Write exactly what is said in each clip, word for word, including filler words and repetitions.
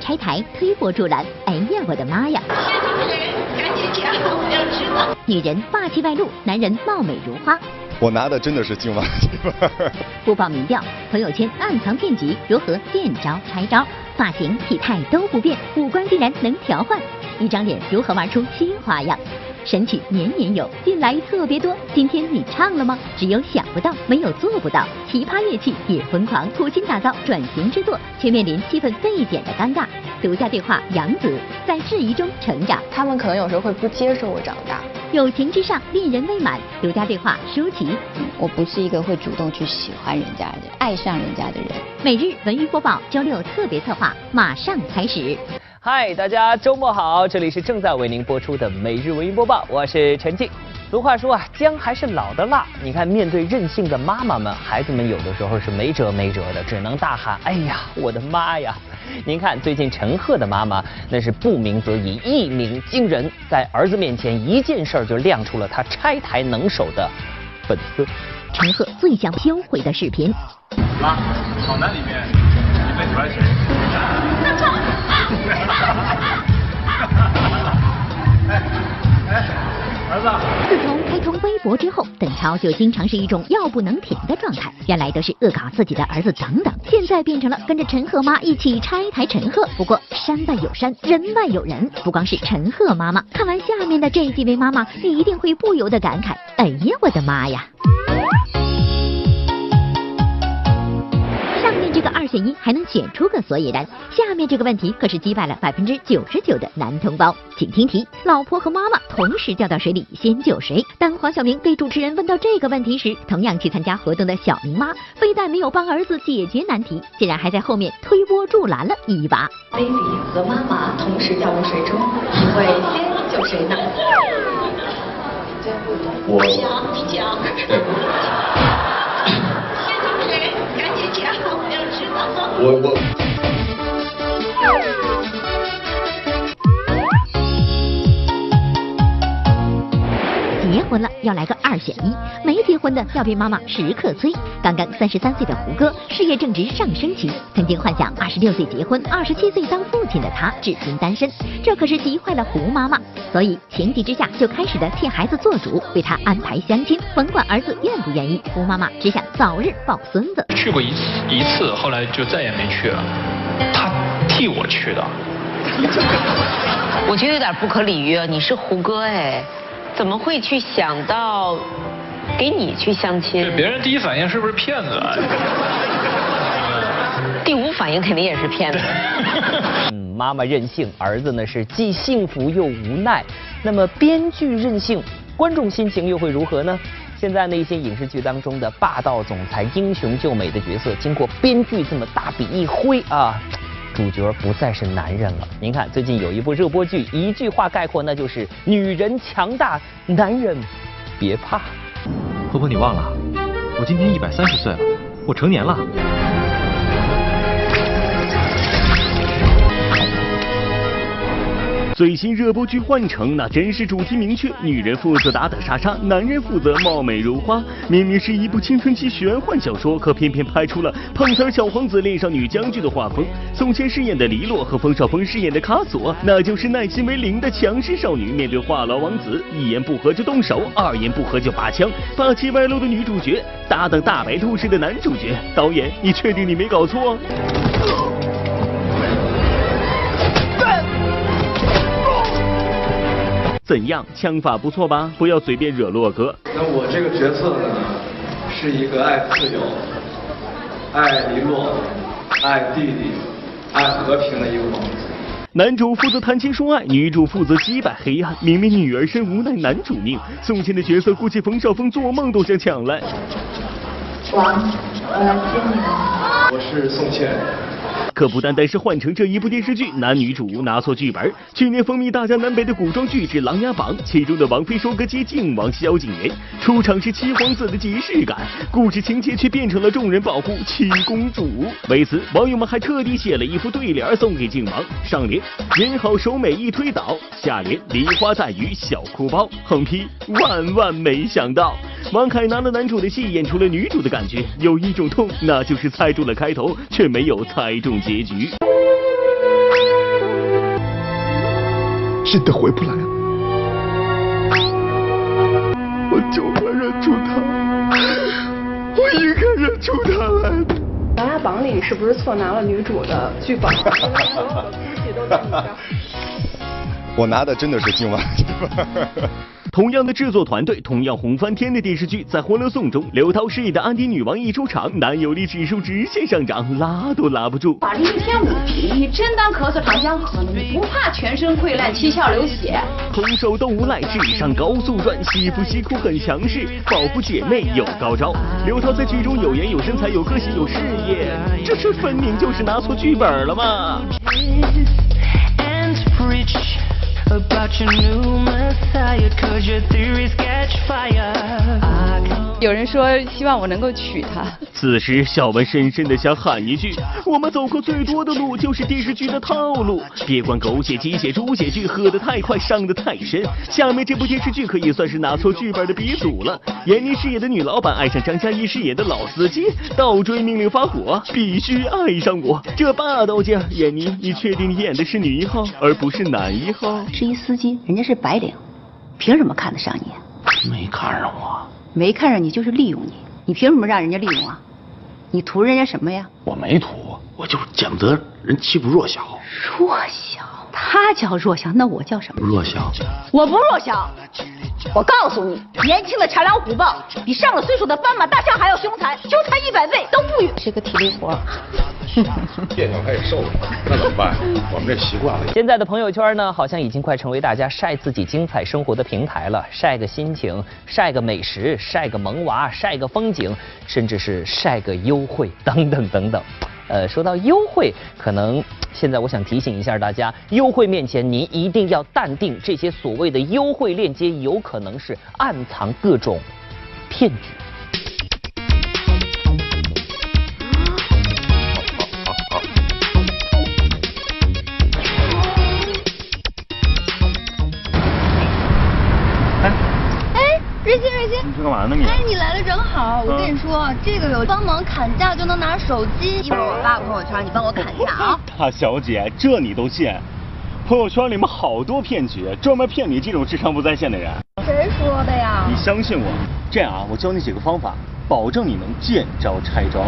拆台、推波助澜。哎呀，我的妈呀！ 赶紧讲，我要知道。 女人霸气外露，男人貌美如花。 我拿的真的是青蛙媳妇儿。 播报民调，朋友圈暗藏骗局，如何见招拆招？发型、体态都不变，五官竟然能调换，一张脸如何玩出新花样？神曲年年有，近来特别多。今天你唱了吗？只有想不到，没有做不到。奇葩乐器也疯狂，苦心打造转型之作，却面临气氛倍减的尴尬。独家对话杨紫，在质疑中成长。 他们可能有时候会不接受我长大。 友情之上，恋人未满。独家对话舒淇， 我不是一个会主动去喜欢人家的、爱上人家的人。 每日文娱播报，周六特别策划马上开始。 嗨，大家周末好，这里是正在为您播出的每日文娱播报，我是陈静。俗话说啊，姜还是老的辣。你看，面对任性的妈妈们，孩子们有的时候是没辙没辙的，只能大喊：“哎呀，我的妈呀！”您看，最近陈赫的妈妈那是不鸣则已，一鸣惊人，在儿子面前一件事儿就亮出了他拆台能手的本色。 陈赫最想销毁的视频。 妈，跑男里面你最喜欢谁？哎哎，儿子。 自从开通微博之后，邓超就经常是一种药不能停的状态，原来都是恶搞自己的儿子等等，现在变成了跟着陈赫妈一起拆台陈赫。不过山外有山，人外有人，不光是陈赫妈妈，看完下面的这几位妈妈，你一定会不由得感慨：哎呀，我的妈呀！上面这个二选一还能选出个所以然，下面这个问题可是击败了百分之九十九的男同胞。请听题：老婆和妈妈同时掉到水里，先救谁？当黄晓明被主持人问到这个问题时，同样去参加活动的小明妈非但没有帮儿子解决难题，竟然还在后面推波助澜了一把。 baby 和妈妈同时掉入水中，你会先救谁呢？ 我讲，你讲。 我我。 结婚了要来个二选一，没结婚的要被妈妈时刻催。刚刚三十三岁的胡歌，事业正值上升期，曾经幻想二十六岁结婚，二十七岁当父亲的他至今单身，这可是急坏了胡妈妈，所以情急之下就开始的替孩子做主，为他安排相亲，甭管儿子愿不愿意，胡妈妈只想早日抱孙子。 去过一次一次，后来就再也没去了，他替我去的。 我觉得有点不可理喻啊！你是胡歌哎。怎么会去想到给你去相亲？ 对，别人第一反应是不是骗子啊？ 第五反应肯定也是骗子。 嗯，妈妈任性，儿子呢是既幸福又无奈。那么编剧任性，观众心情又会如何呢？现在呢，一些影视剧当中的霸道总裁、英雄救美的角色，经过编剧这么大笔一挥啊，主角不再是男人了。您看，最近有一部热播剧，一句话概括，那就是女人强大，男人别怕。 婆婆，你忘了，我今天一百三十岁了，我成年了。 最新热播剧《幻城》那真是主题明确，女人负责打打杀杀，男人负责貌美如花。明明是一部青春期玄幻小说，可偏偏拍出了胖子小皇子恋上女将军的画风。宋茜饰演的黎洛和冯绍峰饰演的卡索，那就是耐心为零的强势少女，面对话痨王子，一言不合就动手，二言不合就拔枪。霸气外露的女主角搭档大白兔式的男主角，导演，你确定你没搞错？怎样，枪法不错吧？不要随便惹洛哥。 那我这个角色呢，是一个爱自由、爱黎洛、爱弟弟、爱和平的一个王子。 男主负责谈情说爱，女主负责击败黑暗。明明女儿身无奈男主命，宋茜的角色估计冯绍峰做梦都想抢来。 王，我来接你了。 我是宋茜。 可不单单是《幻城》这一部电视剧，男女主拿错剧本。去年风靡大江南北的古装剧是《琅琊榜》，其中的王妃收割机靖王萧景琰出场是七皇子的即视感，故事情节却变成了众人保护七公主。为此，网友们还特地写了一副对联送给靖王，上联人好手美一推倒，下联梨花带雨小哭包，横批万万没想到。王凯拿了男主的戏，演出了女主的感觉，有一种痛，那就是猜中了开头，却没有猜中结局。 真的回不来了。我就快认出他，我应该认出他来的。 《琅琊榜》里是不是错拿了女主的剧本？所有的东西都在你这儿。 我拿的真的是青蛙剧本。 同样的制作团队，同样红翻天的电视剧，在《欢乐颂》中，刘涛饰演的安迪女王一出场，男友力指数直线上涨，拉都拉不住。 法力一天五瓶，你真当咳嗽糖浆喝呢？你不怕全身溃烂、七窍流血？ 空手都无赖，智商高速转，媳妇媳妇很强势，保护姐妹有高招。刘涛在剧中有颜有身材有个性有事业，这是分明就是拿错剧本了嘛。 有人说希望我能够娶她。 此时小文深深的想喊一句，我们走过最多的路就是电视剧的套路，别管狗血鸡血猪血剧喝得太快伤得太深。下面这部电视剧可以算是拿错剧本的鼻祖了。闫妮饰演的女老板爱上张嘉译饰演的老司机，倒追命令发火，必须爱上我，这霸道劲儿。闫妮，你确定你演的是女一号而不是男一号？ 是一司机，人家是白领，凭什么看得上你？ 没看上我， 没看上你就是利用你，你凭什么让人家利用啊？你图人家什么呀？ 我没图，我就是见不得人欺负弱小。 弱小？他叫弱小，那我叫什么？ 弱小？ 我不弱小。我告诉你，年轻的豺狼虎豹比上了岁数的斑马大象还要凶残，凶残一百倍都不远。 是个体力活。 别扭还得瘦，那怎么办？我们这习惯了。 现在的朋友圈呢，好像已经快成为大家晒自己精彩生活的平台了，晒个心情，晒个美食，晒个萌娃，晒个风景，甚至是晒个优惠等等等等。呃，说到优惠，可能现在我想提醒一下大家，优惠面前您一定要淡定，这些所谓的优惠链接有可能是暗藏各种骗局。 瑞鑫，瑞鑫， 你去干嘛呢你？ 哎，你来的正好，我跟你说，嗯、这个有帮忙砍价就能拿手机，一会儿我发朋友圈，你帮我砍价啊。 大小姐，这你都信？朋友圈里面好多骗局，专门骗你这种智商不在线的人。 谁说的呀？ 你相信我，这样啊，我教你几个方法，保证你能见招拆招。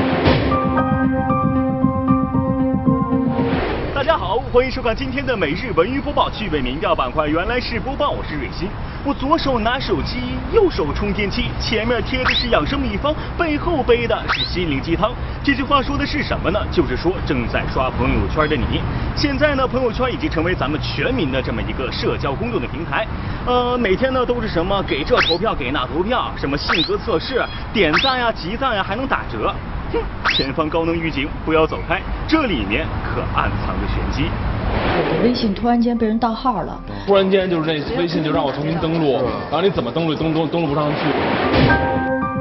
大家好，欢迎收看今天的每日文娱播报。趣味民调板块原来是播报，我是瑞鑫。我左手拿手机，右手充电器，前面贴的是养生秘方，背后背的是心灵鸡汤。这句话说的是什么呢？就是说正在刷朋友圈的你，现在呢，朋友圈已经成为咱们全民的这么一个社交公众的平台。呃，每天呢都是什么给这投票给那投票，什么性格测试，点赞呀、集赞呀，还能打折。哼，前方高能预警，不要走开，这里面可暗藏着玄机。 我的微信突然间被人盗号了， 突然间就是那微信就让我重新登录，然后你怎么登录登录登录不上去。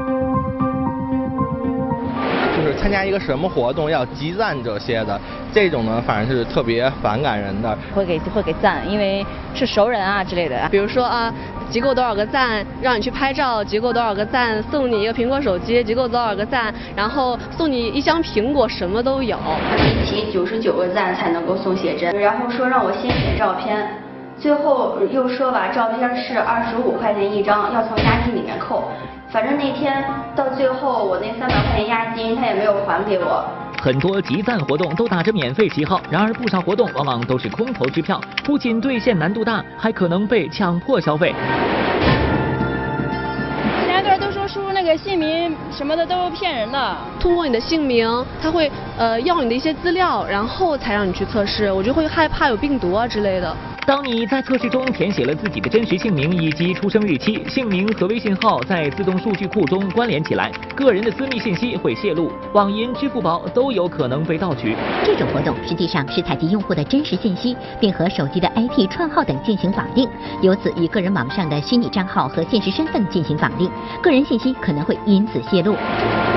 就是参加一个什么活动要集赞这些的，这种呢反而是特别反感人的。 会给会给赞，因为是熟人啊之类的。 比如说啊，集够多少个赞，让你去拍照；集够多少个赞，送你一个苹果手机；集够多少个赞，然后送你一箱苹果，什么都有。 集九十九个赞才能够送写真，然后说让我先选照片，最后又说吧，照片是二十五块钱一张，要从押金里面扣。反正那天到最后，我那三百块钱押金他也没有还给我。 很多集赞活动都打着免费旗号，然而不少活动往往都是空头支票，不仅兑现难度大，还可能被强迫消费。 现在个人都说输入那个姓名什么的都是骗人的， 通过你的姓名，他会呃要你的一些资料，然后才让你去测试，我就会害怕有病毒啊之类的。 当你在测试中填写了自己的真实姓名以及出生日期，姓名和微信号在自动数据库中关联起来，个人的私密信息会泄露，网银、支付宝都有可能被盗取。 这种活动实际上是采集用户的真实信息，并和手机的 I P 串号等进行绑定，由此以个人网上的虚拟账号和现实身份进行绑定，个人信息可能会因此泄露。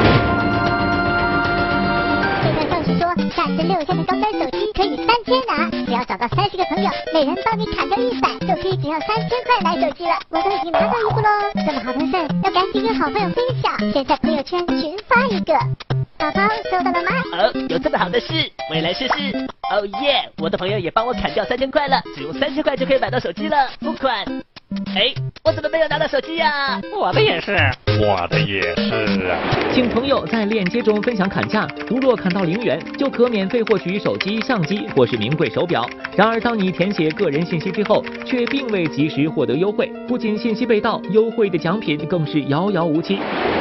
是说三十六天的高端手机可以三天拿，只要找到三十个朋友，每人帮你砍掉一百，就可以只要三千块买手机了。我都已经拿到一部喽，这么好的事要赶紧跟好朋友分享，先在朋友圈群发一个。 宝宝收到了吗？ 哦，有这么好的事，我也来试试。哦耶！我的朋友也帮我砍掉三千块了，只用三千块就可以买到手机了，付款。哎，我怎么没有拿到手机呀、啊？我的也是， 我的也是啊。 请朋友在链接中分享砍价，如若砍到零元，就可免费获取手机、相机或是名贵手表。然而，当你填写个人信息之后，却并未及时获得优惠，不仅信息被盗，优惠的奖品更是遥遥无期。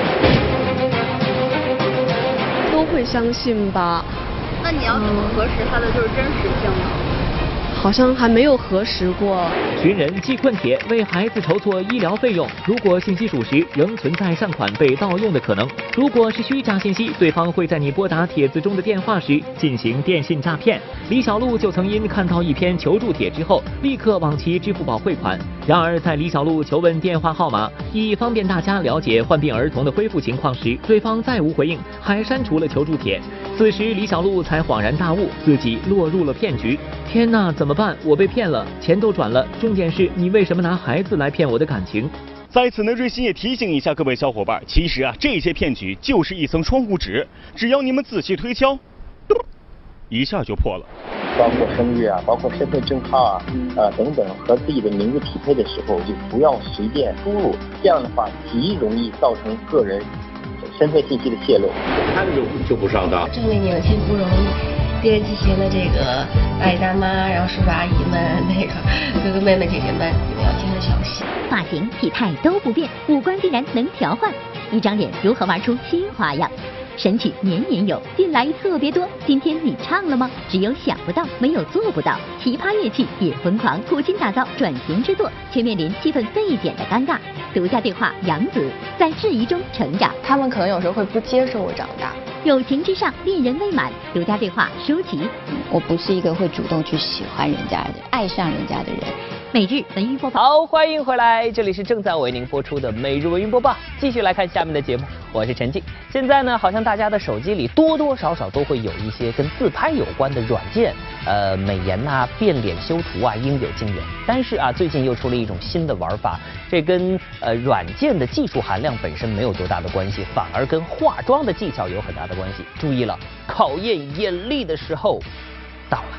都会相信吧？ 那你要怎么核实它的就是真实性呢？ 好像还没有核实过。 寻人寄困帖为孩子筹措医疗费用，如果信息属实，仍存在善款被盗用的可能。如果是虚假信息，对方会在你拨打帖子中的电话时进行电信诈骗。李小璐就曾因看到一篇求助帖之后，立刻往其支付宝汇款。然而，在李小璐求问电话号码，以方便大家了解患病儿童的恢复情况时，对方再无回应，还删除了求助帖。此时，李小璐才恍然大悟，自己落入了骗局。天哪，怎么办？我被骗了，钱都转了，重点是你为什么拿孩子来骗我的感情？ 在此呢，瑞鑫也提醒一下各位小伙伴，其实啊，这些骗局就是一层窗户纸，只要你们仔细推敲，一下就破了。 包括生日啊，包括身份证号啊，呃等等和自己的名字匹配的时候，就不要随便输入，这样的话极容易造成个人身份信息的泄露。 看就就不上当。 证明你们挺不容易。别人这些的这个大爷大妈，然后叔叔阿姨们，那个哥哥妹妹姐姐们，你们要听着小心。 发型、体态都不变，五官竟然能调换，一张脸如何玩出新花样？神曲年年有，近来特别多。今天你唱了吗？只有想不到，没有做不到。奇葩乐器也疯狂，苦心打造转型之作，却面临气氛沸点的尴尬。独家对话杨紫，在质疑中成长。 他们可能有时候会不接受我长大。 友情之上，恋人未满。独家对话舒淇， 我不是一个会主动去喜欢人家的、爱上人家的人。 每日文娱播报， 好，欢迎回来，这里是正在为您播出的每日文娱播报，继续来看下面的节目，我是陈静。现在呢，好像大家的手机里多多少少都会有一些跟自拍有关的软件，呃，美颜呐、啊、变脸修图啊，应有尽有。但是啊，最近又出了一种新的玩法，这跟呃软件的技术含量本身没有多大的关系，反而跟化妆的技巧有很大的关系。注意了，考验眼力的时候到了。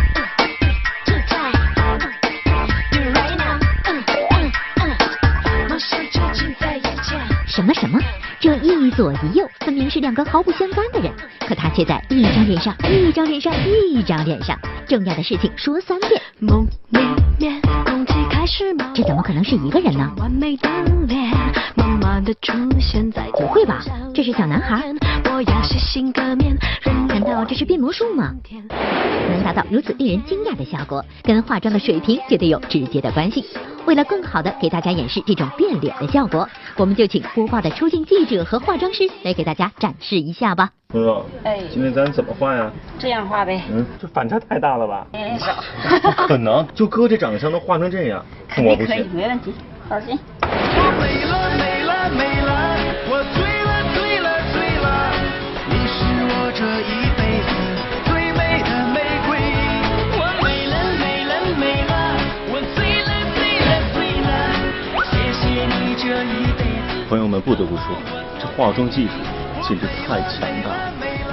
什么什么？这一左一右分明是两个毫不相干的人，可他却在一张脸上、一张脸上、一张脸上，重要的事情说三遍。梦里面空气开始冒，这怎么可能是一个人呢？完美的脸慢慢的出现在不会吧？这是小男孩？我要写新歌面，难道这是变魔术吗？能达到如此令人惊讶的效果，跟化妆的水平绝对有直接的关系。为了更好的给大家演示这种变脸的效果，我们就请播报的出镜记者和化妆师来给大家展示一下吧。 朋友， 哎， 今天咱怎么画呀？ 这样画呗。 嗯，这反差太大了吧？ 哎， 不可能，就哥这长相能画成这样，我不信。 可以，没问题，放心。 我美了美了美了，我醉了醉了醉了，你是我这一辈子最美的玫瑰。我美了美了美了，我醉了醉了醉了，谢谢你这一辈子。 朋友们不得不说，这化妆技术简直太强大了。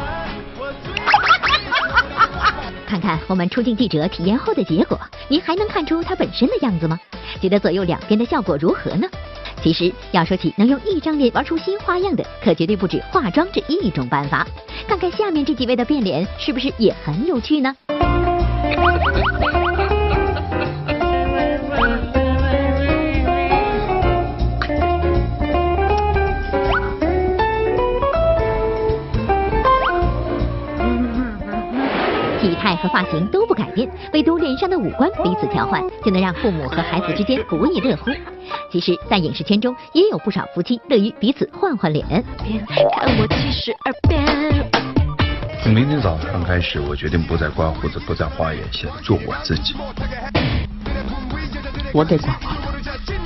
看看我们出镜记者体验后的结果，您还能看出它本身的样子吗？觉得左右两边的效果如何呢？其实要说起能用一张脸玩出新花样的，可绝对不止化妆这一种办法。看看下面这几位的变脸，是不是也很有趣呢？体态和发型都不改变，唯独脸上的五官彼此调换，就能让父母和孩子之间不亦乐乎。其实，在影视圈中也有不少夫妻乐于彼此换换脸。看我七十二变。 从明天早上开始，我决定不再刮胡子，不再画眼线，做我自己。 我得刮刮了。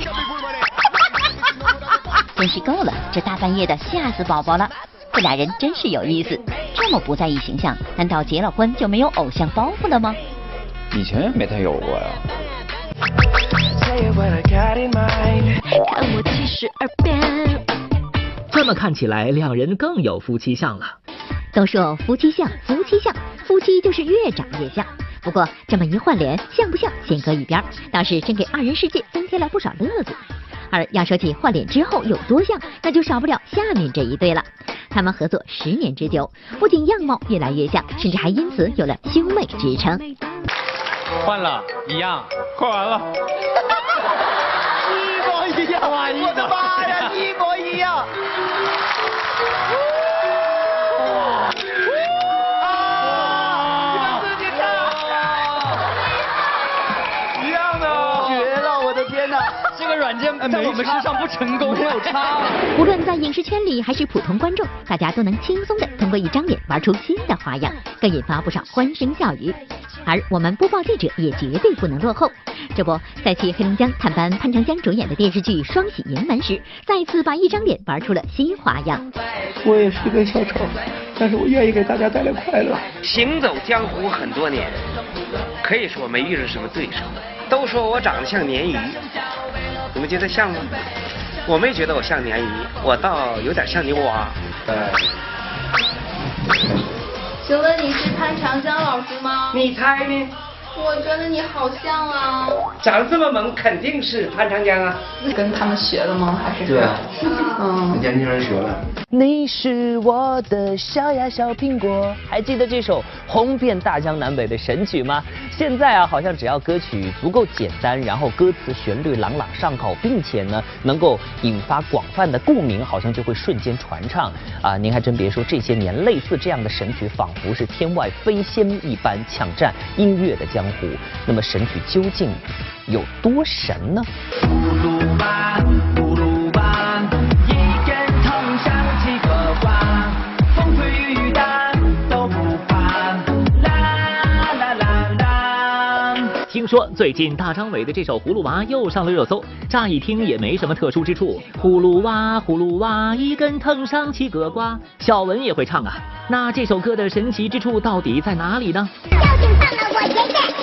真是够了，这大半夜的吓死宝宝了。这俩人真是有意思，这么不在意形象，难道结了婚就没有偶像包袱了吗？ 以前也没太有过呀。 看我七十二变。这么看起来，两人更有夫妻相了。 都说夫妻相，夫妻相，夫妻就是越长越像。不过这么一换脸，像不像先搁一边，倒是真给二人世界增添了不少乐子。而要说起换脸之后有多像，那就少不了下面这一对了。他们合作十年之久，不仅样貌越来越像，甚至还因此有了兄妹之称。 换了，一样，换完了， 一模一样！我的妈呀，一模一样！ 这个软件在我们身上不成功，没有差。 无论在影视圈里还是普通观众，大家都能轻松的通过一张脸玩出新的花样，更引发不少欢声笑语。而我们播报记者也绝对不能落后。这不，在去黑龙江探班潘长江主演的电视剧《双喜临门》时，再次把一张脸玩出了新花样。 我也是一个小丑，但是我愿意给大家带来快乐。 行走江湖很多年，可以说没遇上什么对手。都说我长得像鲶鱼，你们觉得像吗？我没觉得我像鲶鱼，我倒有点像牛蛙。对。 请问你是潘长江老师吗？ 你猜呢？ 我觉得你好像啊。 长得这么萌，肯定是潘长江啊。 跟他们学的吗？还是？ 对啊。 嗯。 跟年轻人学了。 你是我的小呀小苹果，还记得这首红遍大江南北的神曲吗？现在啊，好像只要歌曲足够简单，然后歌词旋律朗朗上口，并且呢能够引发广泛的共鸣，好像就会瞬间传唱啊！您还真别说，这些年类似这样的神曲，仿佛是天外飞仙一般抢占音乐的江湖。那么神曲究竟有多神呢？ 听说最近大张伟的这首《葫芦娃》又上了热搜，乍一听也没什么特殊之处。葫芦娃，葫芦娃，一根藤上七个瓜，小文也会唱啊。那这首歌的神奇之处到底在哪里呢？ 究竟放了我爷爷。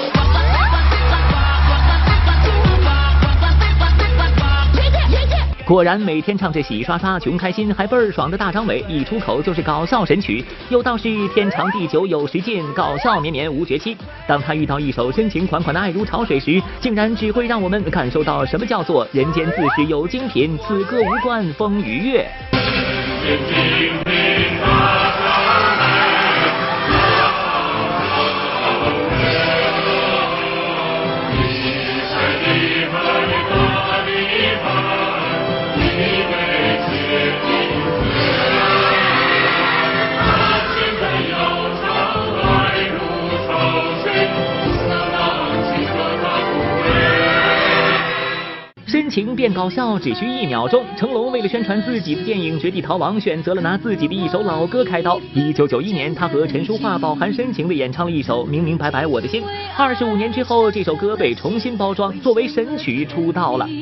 果然每天唱着洗刷刷穷开心还倍儿爽的大张伟，一出口就是搞笑神曲，有道是天长地久有时尽，搞笑绵绵无绝期。当他遇到一首深情款款的爱如潮水时，竟然只会让我们感受到什么叫做人间自是有精品，此歌无关风与月。深情变搞笑只需一秒钟。成龙为了宣传自己的电影《绝地逃亡》，选择了拿自己的一首老歌开刀。一九九一年，他和陈淑桦饱含深情地演唱了一首《明明白白我的心》。二十五年之后，这首歌被重新包装，作为神曲出道了。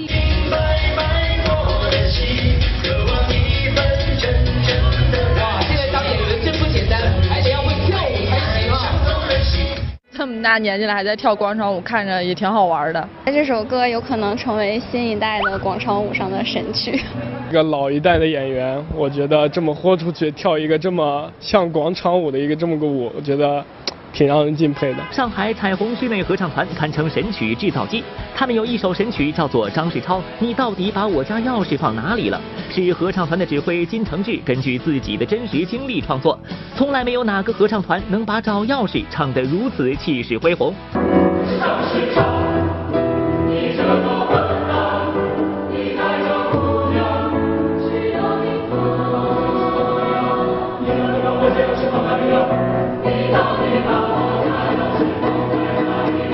这么大年纪了还在跳广场舞，看着也挺好玩的。 这首歌有可能成为新一代的广场舞上的神曲。 一个老一代的演员，我觉得这么豁出去跳一个这么像广场舞的一个这么个舞，我觉得挺让人敬佩的。 上海彩虹室内合唱团堪称神曲制造机，他们有一首神曲叫做《张世超，你到底把我家钥匙放哪里了》，是合唱团的指挥金承志根据自己的真实经历创作。从来没有哪个合唱团能把找钥匙唱得如此气势恢宏。张世超，你这么笨蛋，你带着姑娘去哪里了？你能让我家钥匙放哪里了？你到底把我家钥匙放在哪里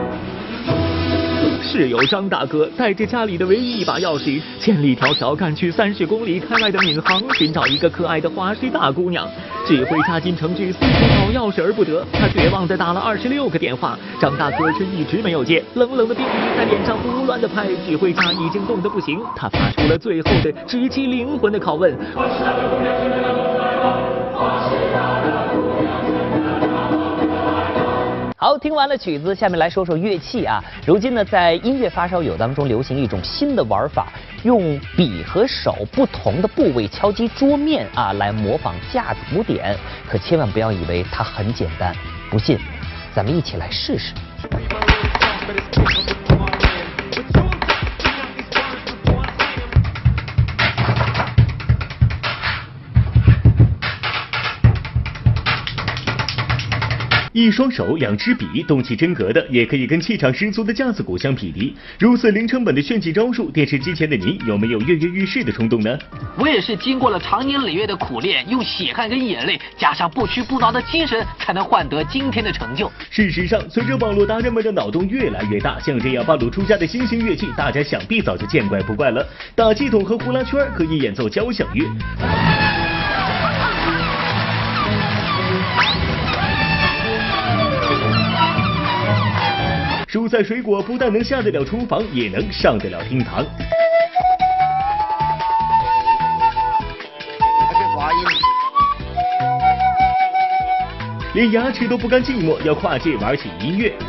了？室友张大哥带着家里的唯一一把钥匙，千里迢迢赶去三十公里开外的闵行，寻找一个可爱的华师大姑娘。指挥家金承志四处找钥匙而不得，他绝望地打了二十六个电话，张大哥却一直没有接。冷冷的冰雨在脸上胡乱地拍，指挥家已经冻得不行，他发出了最后的直击灵魂的拷问：华师大姑娘去哪里了？华师大姑娘去哪里了？好，听完了曲子，下面来说说乐器啊。如今呢，在音乐发烧友当中流行一种新的玩法，用笔和手不同的部位敲击桌面啊，来模仿架子鼓点。 可千万不要以为它很简单，不信，咱们一起来试试。 一双手两支笔，动起真格的，也可以跟气场十足的架子鼓相匹敌。如此零成本的炫技招数，电视机前的您有没有跃跃欲试的冲动呢？ 我也是经过了长年累月的苦练，用血汗跟眼泪，加上不屈不挠的精神，才能换得今天的成就。 事实上，随着网络达人们的脑洞越来越大，像这样半路出家的新型乐器，大家想必早就见怪不怪了。打气筒和呼啦圈可以演奏交响乐。蔬菜水果不但能下得了厨房，也能上得了厅堂。连牙齿都不甘寂寞，要跨界玩起音乐。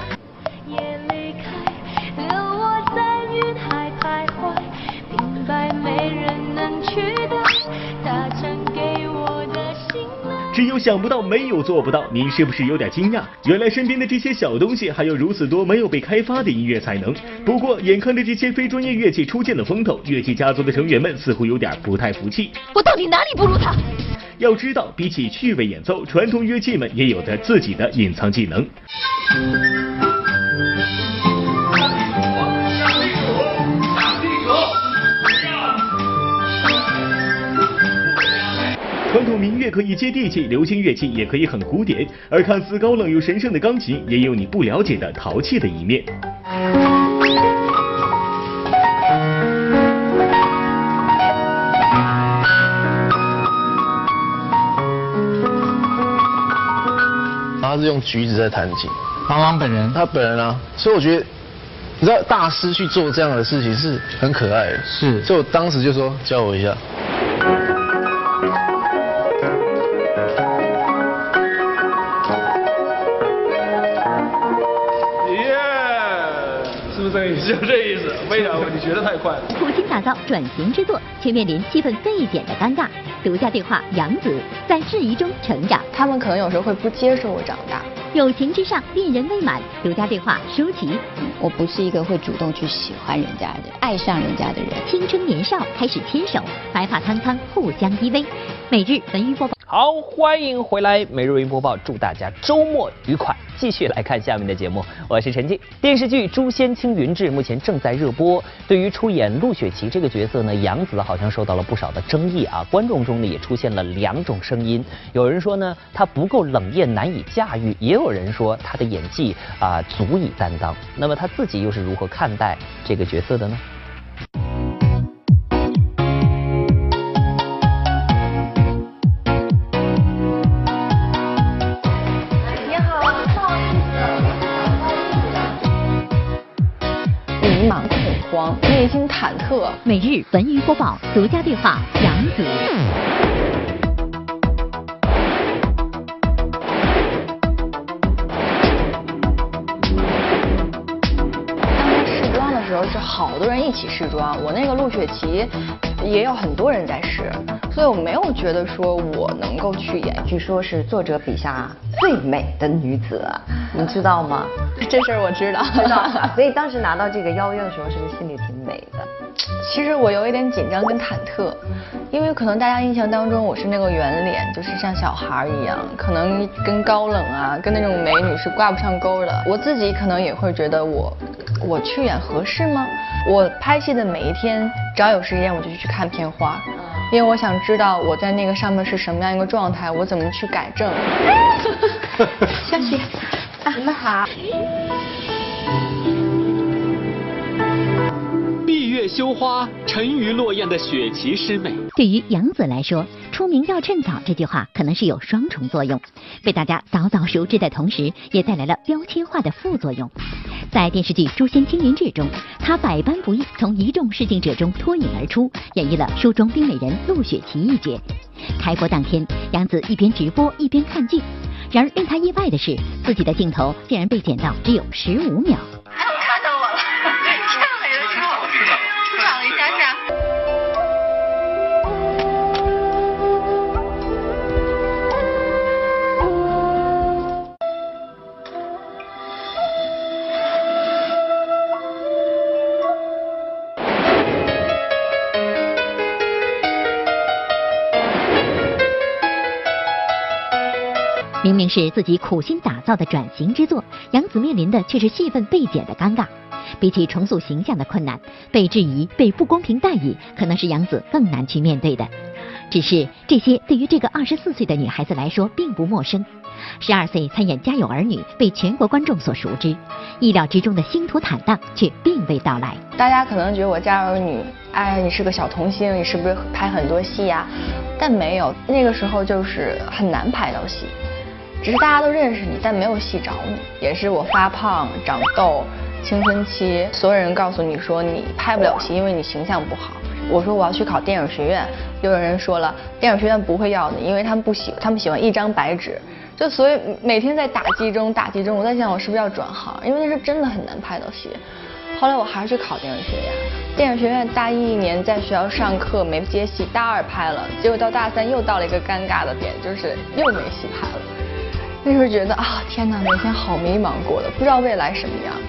只有想不到，没有做不到。你是不是有点惊讶？原来身边的这些小东西还有如此多没有被开发的音乐才能。不过，眼看着这些非专业乐器出现了风头，乐器家族的成员们似乎有点不太服气。 我到底哪里不如他？ 要知道，比起趣味演奏，传统乐器们也有着自己的隐藏技能。传统民乐可以接地气，流行乐器也可以很古典，而看似高冷又神圣的钢琴，也有你不了解的淘气的一面。 他是用橘子在弹琴， 王王本人， 他本人啊，所以我觉得，你知道大师去做这样的事情是很可爱的， 是， 所以我当时就说教我一下。 就这意思，为啥？你学的太快了。 苦心打造转型之作，却面临气氛沸点的尴尬。独家对话杨紫在质疑中成长， 他们可能有时候会不接受我长大。 友情之上，恋人未满。独家对话舒淇， 我不是一个会主动去喜欢人家的、爱上人家的人。 青春年少开始牵手，白发苍苍互相依偎。每日文娱播报。 好，欢迎回来，每日文娱播报，祝大家周末愉快。继续来看下面的节目，我是陈静。电视剧《诛仙青云志》目前正在热播。对于出演陆雪琪这个角色呢，杨紫好像受到了不少的争议啊。观众中呢也出现了两种声音，有人说呢她不够冷艳难以驾驭，也有人说她的演技啊足以担当。那么她自己又是如何看待这个角色的呢？ 迷茫、恐慌，内心忐忑。 每日文娱播报，独家对话杨紫。 试妆的时候是好多人一起试妆，我那个陆雪琪也有很多人在试，所以我没有觉得说我能够去演。 据说是作者笔下最美的女子，你知道吗？ 这事儿我知道， 知道。所以当时拿到这个邀约的时候，是不是心里挺美的？ 其实我有一点紧张跟忐忑，因为可能大家印象当中我是那个圆脸，就是像小孩一样，可能跟高冷啊，跟那种美女是挂不上钩的。我自己可能也会觉得我，我去演合适吗？我拍戏的每一天，只要有时间我就去看片花，因为我想知道我在那个上面是什么样一个状态，我怎么去改正。 小雪，啊，你们好。 闭月羞花，沉鱼落雁的雪琪师妹。 对于杨紫来说，出名要趁早这句话可能是有双重作用，被大家早早熟知的同时，也带来了标签化的副作用。在电视剧《诛仙青云志》中，她百般不易从一众试镜者中脱颖而出，演绎了梳妆冰美人陆雪琪一角。开播当天，杨紫一边直播一边看剧，然而令她意外的是，自己的镜头竟然被剪到只有十五秒。 哎，我看到我了，这样美的时候，出场了一下下。 明明是自己苦心打造的转型之作，杨紫面临的却是戏份被减的尴尬。比起重塑形象的困难，被质疑、被不公平待遇，可能是杨紫更难去面对的。只是这些对于这个二十四岁的女孩子来说并不陌生。十二岁参演《家有儿女》，被全国观众所熟知，意料之中的星途坦荡却并未到来。 大家可能觉得我《家有儿女》，哎，你是个小童星，你是不是拍很多戏呀？但没有，那个时候就是很难拍到戏，只是大家都认识你，但没有戏找你。也是我发胖、长痘、青春期，所有人告诉你说你拍不了戏，因为你形象不好。我说我要去考电影学院，又有人说了电影学院不会要你，因为他们不喜，他们喜欢一张白纸。就所以每天在打击中打击中，我在想我是不是要转行，因为那是真的很难拍到戏。后来我还是去考电影学院，电影学院大一一年在学校上课没接戏，大二拍了，结果到大三又到了一个尴尬的点，就是又没戏拍了。那时候觉得啊，天哪，每天好迷茫过的，不知道未来什么样。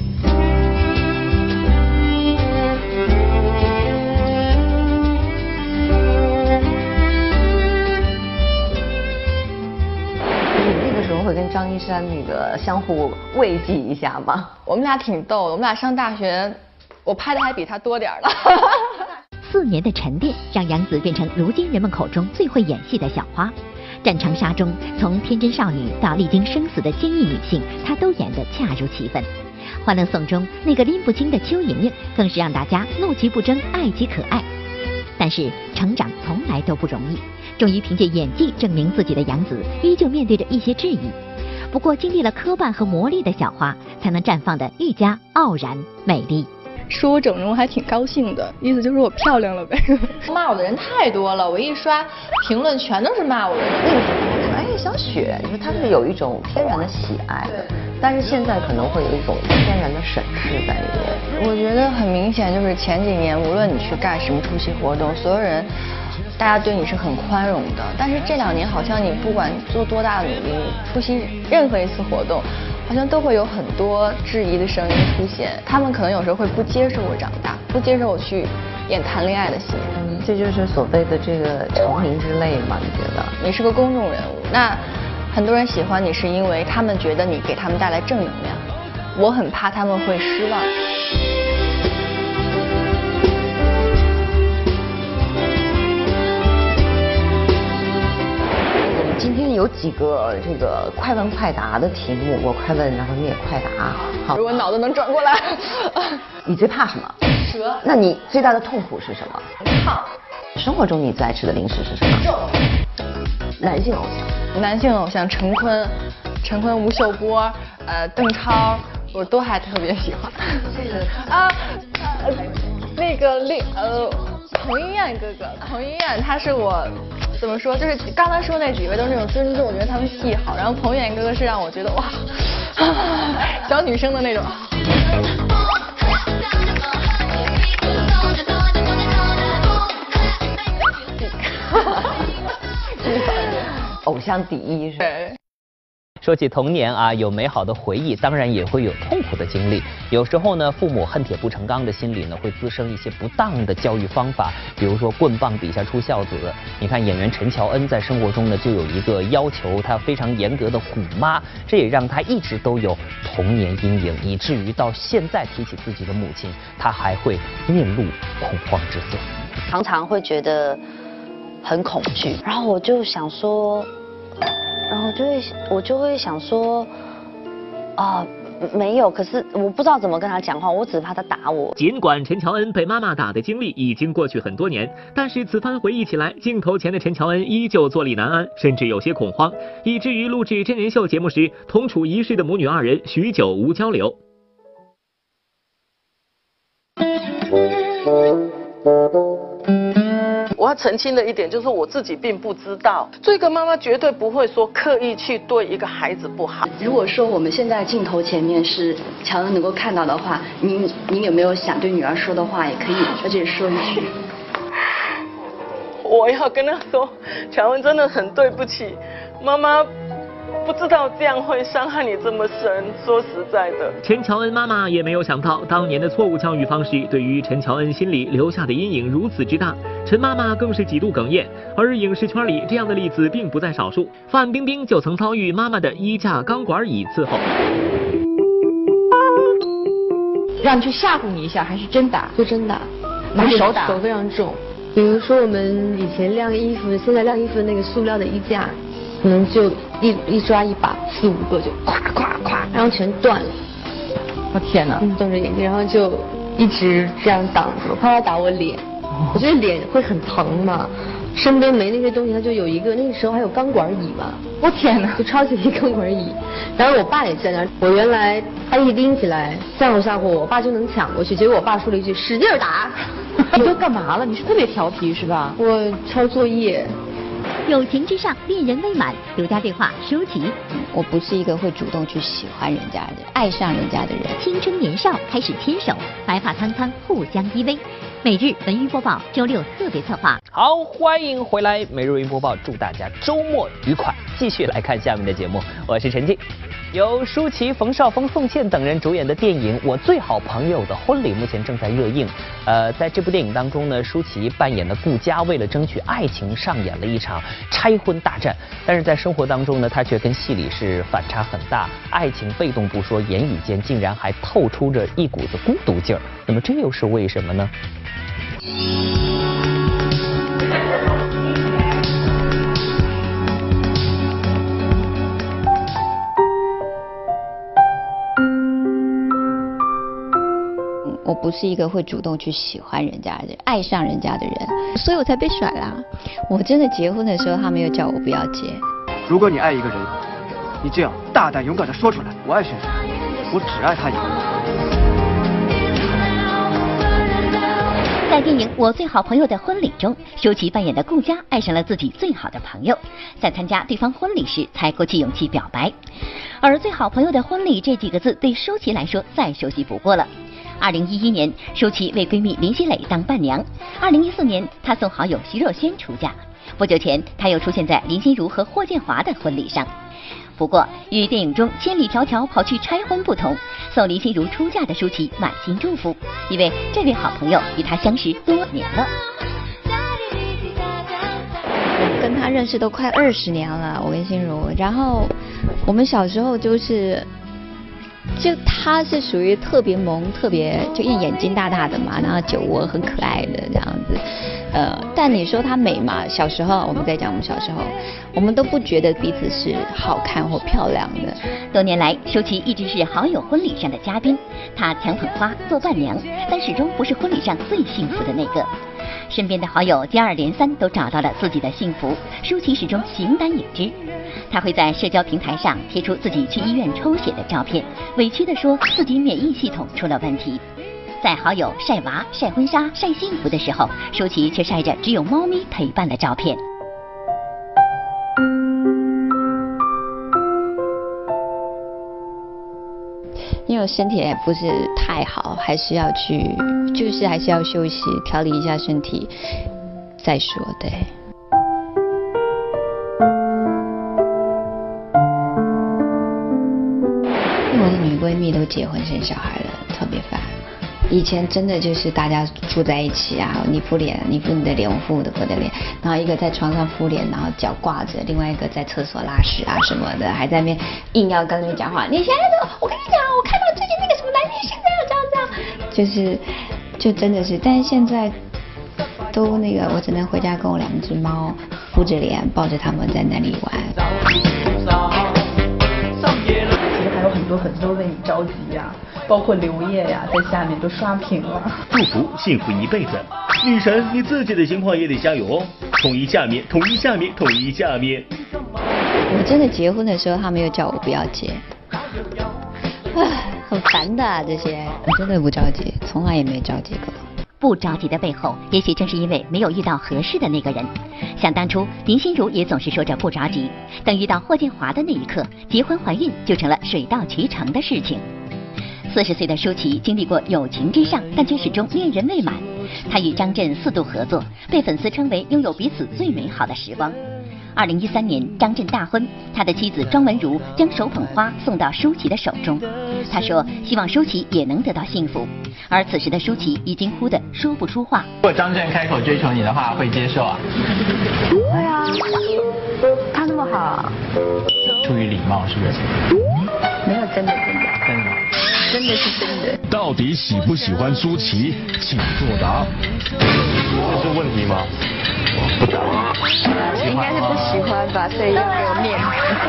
会跟张一山那个相互慰藉一下吗？ 我们俩挺逗的，我们俩上大学，我拍的还比他多点儿了。 四年的沉淀让杨紫变成如今人们口中最会演戏的小花。战长沙中，从天真少女到历经生死的坚毅女性，她都演得恰如其分。欢乐颂中那个拎不清的邱莹莹，更是让大家怒其不争，爱其可爱。但是成长从来都不容易，终于凭借演技证明自己的杨紫，依旧面对着一些质疑。不过经历了磕绊和磨砺的小花，才能绽放得愈加傲然美丽。 说我整容还挺高兴的，意思就是我漂亮了呗。 骂我的人太多了，我一刷评论全都是骂我的人。 那个时候哎，小雪，你说她是有一种天然的喜爱的，但是现在可能会有一种天然的审视在里面。 我觉得很明显，就是前几年无论你去干什么出席活动，所有人大家对你是很宽容的，但是这两年好像你不管做多大的努力，出席任何一次活动，好像都会有很多质疑的声音出现。他们可能有时候会不接受我长大，不接受我去演谈恋爱的戏。 嗯，这就是所谓的这个成名之类嘛？你觉得？ 你是个公众人物，那很多人喜欢你是因为他们觉得你给他们带来正能量，我很怕他们会失望。 今天有几个这个快问快答的题目，我快问，然后你也快答。好， 如果脑子能转过来。 你最怕什么？ 蛇。 那你最大的痛苦是什么？ 胖。 生活中你最爱吃的零食是什么？ 肉。 男性偶像。 男性偶像陈坤、陈坤、吴秀波、呃邓超，我都还特别喜欢。 这个啊，呃、那个另呃彭于晏哥哥，彭于晏他是我。怎么说？就是刚才说那几位都是那种尊重，我觉得他们戏好。然后彭于晏哥哥是让我觉得哇，小女生的那种。 偶像第一是吧？ 说起童年啊，有美好的回忆，当然也会有痛苦的经历。有时候呢，父母恨铁不成钢的心里呢，会滋生一些不当的教育方法，比如说棍棒底下出孝子。你看演员陈乔恩在生活中呢，就有一个要求她非常严格的虎妈，这也让她一直都有童年阴影，以至于到现在提起自己的母亲，她还会面露恐慌之色， 常常会觉得很恐惧，然后我就想说。然后就会我就会想说，啊、呃，没有，可是我不知道怎么跟他讲话，我只怕他打我。 尽管陈乔恩被妈妈打的经历已经过去很多年，但是此番回忆起来，镜头前的陈乔恩依旧坐立难安，甚至有些恐慌，以至于录制真人秀节目时，同处一室的母女二人许久无交流。 我要澄清的一点就是我自己并不知道，做一个妈妈绝对不会说刻意去对一个孩子不好。 如果说我们现在镜头前面是乔恩能够看到的话，您您有没有想对女儿说的话，也可以在这里说一句。 我要跟她说，乔恩真的很对不起，妈妈不知道这样会伤害你这么深。说实在的， 陈乔恩妈妈也没有想到，当年的错误教育方式对于陈乔恩心里留下的阴影如此之大，陈妈妈更是几度哽咽。而影视圈里这样的例子并不在少数，范冰冰就曾遭遇妈妈的衣架钢管椅伺候。 让你去吓唬你一下，还是真打？ 就真打， 拿手打， 手非常重。比如说我们以前晾衣服，现在晾衣服的那个塑料的衣架，可能就一一抓一把，四五个就咵咵咵，然后全断了。 我天哪！ 嗯，瞪着眼睛，然后就一直这样挡着，我怕他打我脸，哦、我觉得脸会很疼嘛。身边没那些东西，他就有一个，那个时候还有钢管椅嘛。 我天哪， 就超级钢管椅。然后我爸也在那儿，我原来他一拎起来吓唬吓唬我，我爸就能抢过去。结果我爸说了一句：“使劲打。” 你都干嘛了？你是特别调皮是吧？ 我抄作业。 友情之上，恋人未满。独家对话舒淇。 我不是一个会主动去喜欢人家的、爱上人家的人。 青春年少开始牵手，白发苍苍互相依偎。每日文娱播报周六特别策划。 好，欢迎回来，每日文娱播报，祝大家周末愉快。继续来看下面的节目，我是陈静。由舒淇、冯绍峰、宋茜等人主演的电影《我最好朋友的婚礼》目前正在热映。呃，在这部电影当中呢，舒淇扮演的顾佳为了争取爱情，上演了一场拆婚大战。但是在生活当中呢，她却跟戏里是反差很大，爱情被动不说，言语间竟然还透出着一股子孤独劲儿。那么这又是为什么呢？ 我不是一个会主动去喜欢人家的、爱上人家的人，所以我才被甩啦。我真的结婚的时候，他们又叫我不要结。 如果你爱一个人，你就要大胆勇敢地说出来，我爱谁谁，我只爱他一个人。 在电影《我最好朋友的婚礼》中，舒淇扮演的顾佳爱上了自己最好的朋友，在参加对方婚礼时才鼓起勇气表白。而最好朋友的婚礼这几个字对舒淇来说再熟悉不过了。二零一一年，舒淇为闺蜜林熙蕾当伴娘；二零一四年，她送好友徐若瑄出嫁。不久前，她又出现在林心如和霍建华的婚礼上。不过，与电影中千里迢迢跑去拆婚不同，送林心如出嫁的舒淇满心祝福，因为这位好朋友与她相识多年了。 我跟她认识都快二十年了，我跟心如。然后我们小时候就是。就她是属于特别萌，特别就因为眼睛大大的嘛，然后酒窝很可爱的这样子，呃，但你说她美嘛？小时候我们在讲我们小时候，我们都不觉得彼此是好看或漂亮的。 多年来，舒淇一直是好友婚礼上的嘉宾，她抢捧花做伴娘，但始终不是婚礼上最幸福的那个。身边的好友接二连三都找到了自己的幸福，舒淇始终形单影只。她会在社交平台上贴出自己去医院抽血的照片，委屈地说自己免疫系统出了问题。在好友晒娃、晒婚纱、晒幸福的时候，舒淇却晒着只有猫咪陪伴的照片。 因为我身体也不是太好，还是要去，就是还是要休息，调理一下身体再说。对。我的女闺蜜都结婚生小孩了，特别烦。以前真的就是大家住在一起啊，你敷脸，你敷你的脸，我敷我的我的脸，然后一个在床上敷脸，然后脚挂着，另外一个在厕所拉屎啊什么的，还在那边硬要跟你讲话。你现在都，我跟你讲，我看到最近那个什么男明星这样这样这样，就是就真的是，但是现在都那个，我只能回家跟我两只猫敷着脸，抱着它们在那里玩。 其实还有很多粉丝都为你着急呀、啊，包括刘烨呀，在下面都刷屏了。 祝福幸福一辈子，女神你自己的情况也得加油哦！统一下面，统一下面，统一下面。 我真的结婚的时候，他们又叫我不要结，唉，很烦的、啊、这些。我真的不着急，从来也没着急过。 不着急的背后，也许正是因为没有遇到合适的那个人。想当初，林心如也总是说着不着急，等遇到霍建华的那一刻，结婚怀孕就成了水到渠成的事情。四十岁的舒淇经历过友情之上，但却始终恋人未满。她与张震四度合作，被粉丝称为拥有彼此最美好的时光。 二零一三年，张震大婚，他的妻子庄文如将手捧花送到舒淇的手中。他说希望舒淇也能得到幸福，而此时的舒淇已经哭得说不出话。 如果张震开口追求你的话，会接受啊？ 会啊，他那么好。 出于礼貌是不是？ 没有，真的真的。 真的吗？ 真的是真的。 到底喜不喜欢舒淇？请作答。这是问题吗？ 应该是不喜欢吧，所以要给我面子。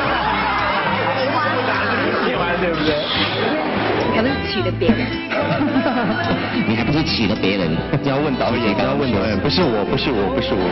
喜欢对不对？ 可能娶了别人。 你还不是娶了别人？要问导演，刚刚问导演，不是我，不是我，不是我。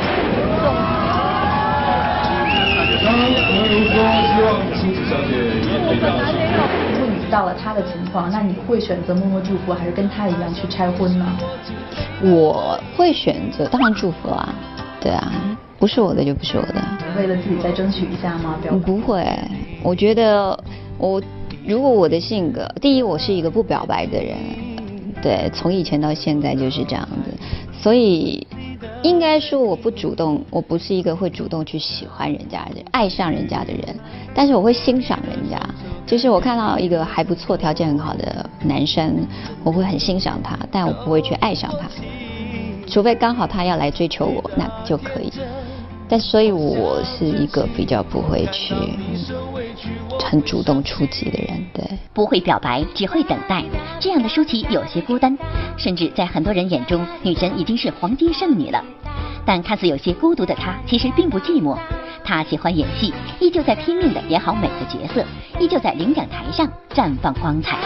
希望舒淇小姐也可以当幸福。 如果你到了他的情况，那你会选择默默祝福，还是跟他一样去拆婚呢？ 我会选择，当然祝福啊，对啊，不是我的就不是我的。 为了自己再争取一下吗？表白不会，我觉得我如果我的性格，第一我是一个不表白的人，对，从以前到现在就是这样子，所以应该说我不主动，我不是一个会主动去喜欢人家的人，爱上人家的人，但是我会欣赏人家，就是我看到一个还不错、条件很好的男生，我会很欣赏他，但我不会去爱上他，除非刚好他要来追求我，那就可以。但所以我是一个比较不会去很主动出击的人，对。 不会表白，只会等待，这样的舒淇有些孤单，甚至在很多人眼中，女神已经是黄金剩女了。但看似有些孤独的她，其实并不寂寞。她喜欢演戏，依旧在拼命地演好每个角色，依旧在领奖台上绽放光彩。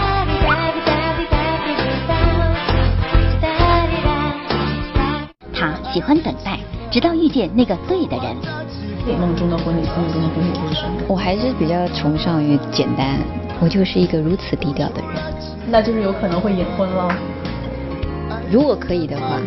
她喜欢等待，直到遇见那个对的人。 你梦中的婚礼，心目中的婚礼会是什么？ 我还是比较崇尚于简单，我就是一个如此低调的人。 那就是有可能会隐婚了。 如果可以的话。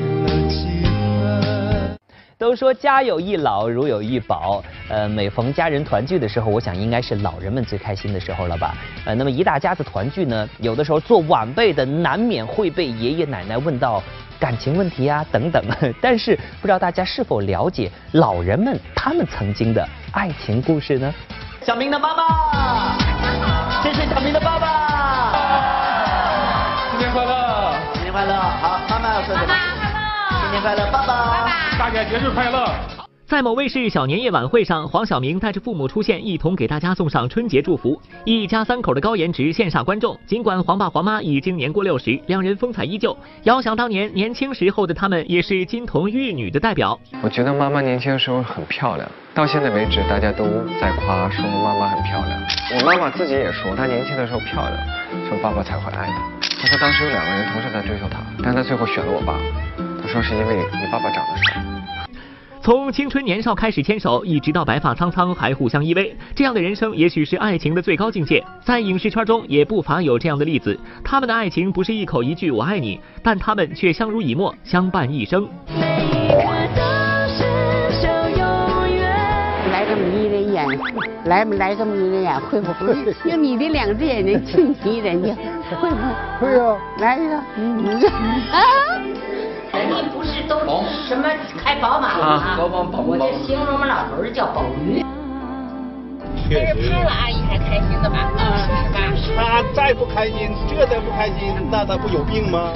都说家有一老，如有一宝。呃，每逢家人团聚的时候，我想应该是老人们最开心的时候了吧。呃，那么一大家子团聚呢，有的时候做晚辈的难免会被爷爷奶奶问到感情问题啊等等。但是不知道大家是否了解老人们他们曾经的爱情故事呢？ 小明的妈妈，这是小明的爸爸。 新年快乐！ 新年快乐！好，妈妈要说什么？新年快乐，爸爸！ 大家节日快乐！ 在某卫视小年夜晚会上，黄晓明带着父母出现，一同给大家送上春节祝福。一家三口的高颜值羡煞观众。尽管黄爸黄妈已经年过六十，两人风采依旧。遥想当年年轻时候的他们，也是金童玉女的代表。 我觉得妈妈年轻的时候很漂亮，到现在为止，大家都在夸说妈妈很漂亮。我妈妈自己也说，她年轻的时候漂亮，所以爸爸才会爱她。她说当时有两个人同时在追求她，但她最后选了我爸。她说是因为你爸爸长得帅。 从青春年少开始牵手，一直到白发苍苍还互相依偎，这样的人生也许是爱情的最高境界。在影视圈中也不乏有这样的例子，他们的爱情不是一口一句我爱你，但他们却相濡以沫，相伴一生。 来这么迷人眼，来不来这么迷人眼，会不会用你的两只眼睛去迷人家？会不会？ 会啊！ 来一个，嗯啊。 人家不是都什么开宝马吗？我这形容我们老头儿叫宝鱼。但是拍了阿姨还开心的吧？嗯，是吧？ 他再不开心，这再不开心，那他不有病吗？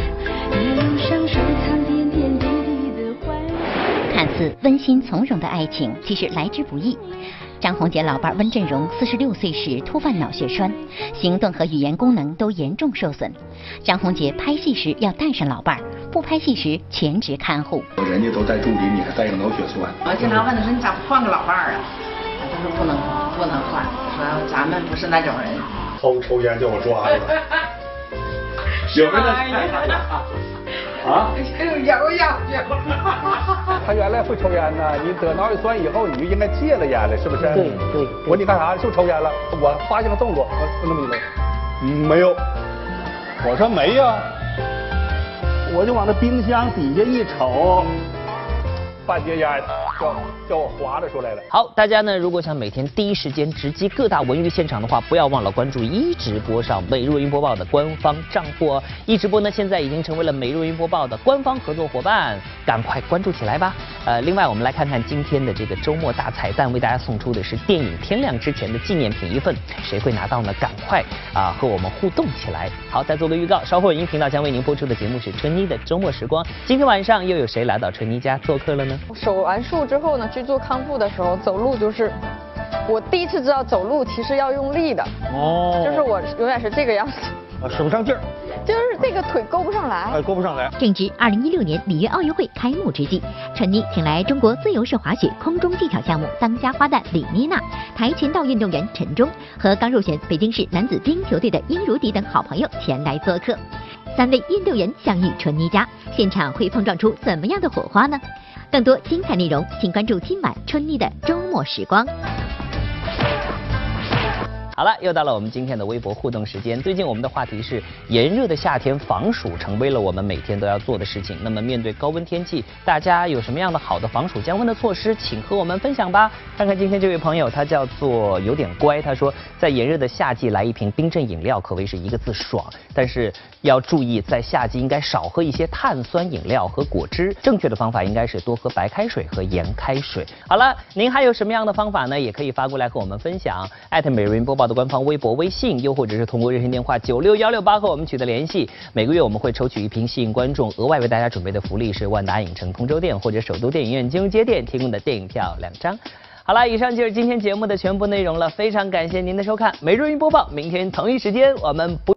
看似温馨从容的爱情，其实来之不易。张宏杰老伴温振荣四十六岁时突犯脑血栓，行动和语言功能都严重受损。张宏杰拍戏时要带上老伴儿，不拍戏时全职看护。 人家都在助理，你还带个脑血栓？ 我经常问他说：“你咋不换个老伴儿啊？”他说：“不能不能换，说咱们不是那种人。” 偷抽烟叫我抓了。有没有？啊？ 有有有。 他原来会抽烟呢，你得脑血栓以后，你就应该戒了烟了，是不是？ 对对。 我说你干啥？是不是抽烟了？我发现了动作，我那么一问，嗯，没有。我说没呀，我就往那冰箱底下一瞅，半截烟， 叫叫我划着出来了。 好，大家呢如果想每天第一时间直击各大文娱现场的话，不要忘了关注一直播上每日文娱播报的官方账户哦。一直播呢现在已经成为了每日文娱播报的官方合作伙伴，赶快关注起来吧。呃，另外我们来看看今天的这个周末大彩蛋，为大家送出的是电影《天亮之前》的纪念品一份，谁会拿到呢？赶快啊、呃、和我们互动起来。好，再做个预告，稍后文娱频道将为您播出的节目是春妮的周末时光。今天晚上又有谁来到春妮家做客了呢？ 手完术之后呢，去做康复的时候，走路就是我第一次知道走路其实要用力的。 哦。 就是我永远是这个样子。 啊，使不上劲儿。 就是这个腿勾不上来。 哎，勾不上来。 正值二零一六年里约奥运会开幕之际，春妮请来中国自由式滑雪空中技巧项目当家花旦李妮娜、跆拳道运动员陈忠和刚入选北京市男子冰球队的殷如迪等好朋友前来做客。三位运动员相遇春妮家，现场会碰撞出怎么样的火花呢？更多精彩内容，请关注今晚春妮的周末时光。 好了，又到了我们今天的微博互动时间。最近我们的话题是炎热的夏天，防暑成为了我们每天都要做的事情。那么面对高温天气，大家有什么样的好的防暑降温的措施，请和我们分享吧。看看今天这位朋友，他叫做有点乖，他说在炎热的夏季来一瓶冰镇饮料，可谓是一个字爽。但是要注意，在夏季应该少喝一些碳酸饮料和果汁，正确的方法应该是多喝白开水和盐开水。好了，您还有什么样的方法呢？也可以发过来和我们分享，艾特每日云播报的官方微博、微信，又或者是通过热线电话九六幺六八和我们取得联系。每个月我们会抽取一瓶吸引观众，额外为大家准备的福利是万达影城通州店或者首都电影院金融街店提供的电影票两张。好了，以上就是今天节目的全部内容了，非常感谢您的收看，每日云播报，明天同一时间我们不。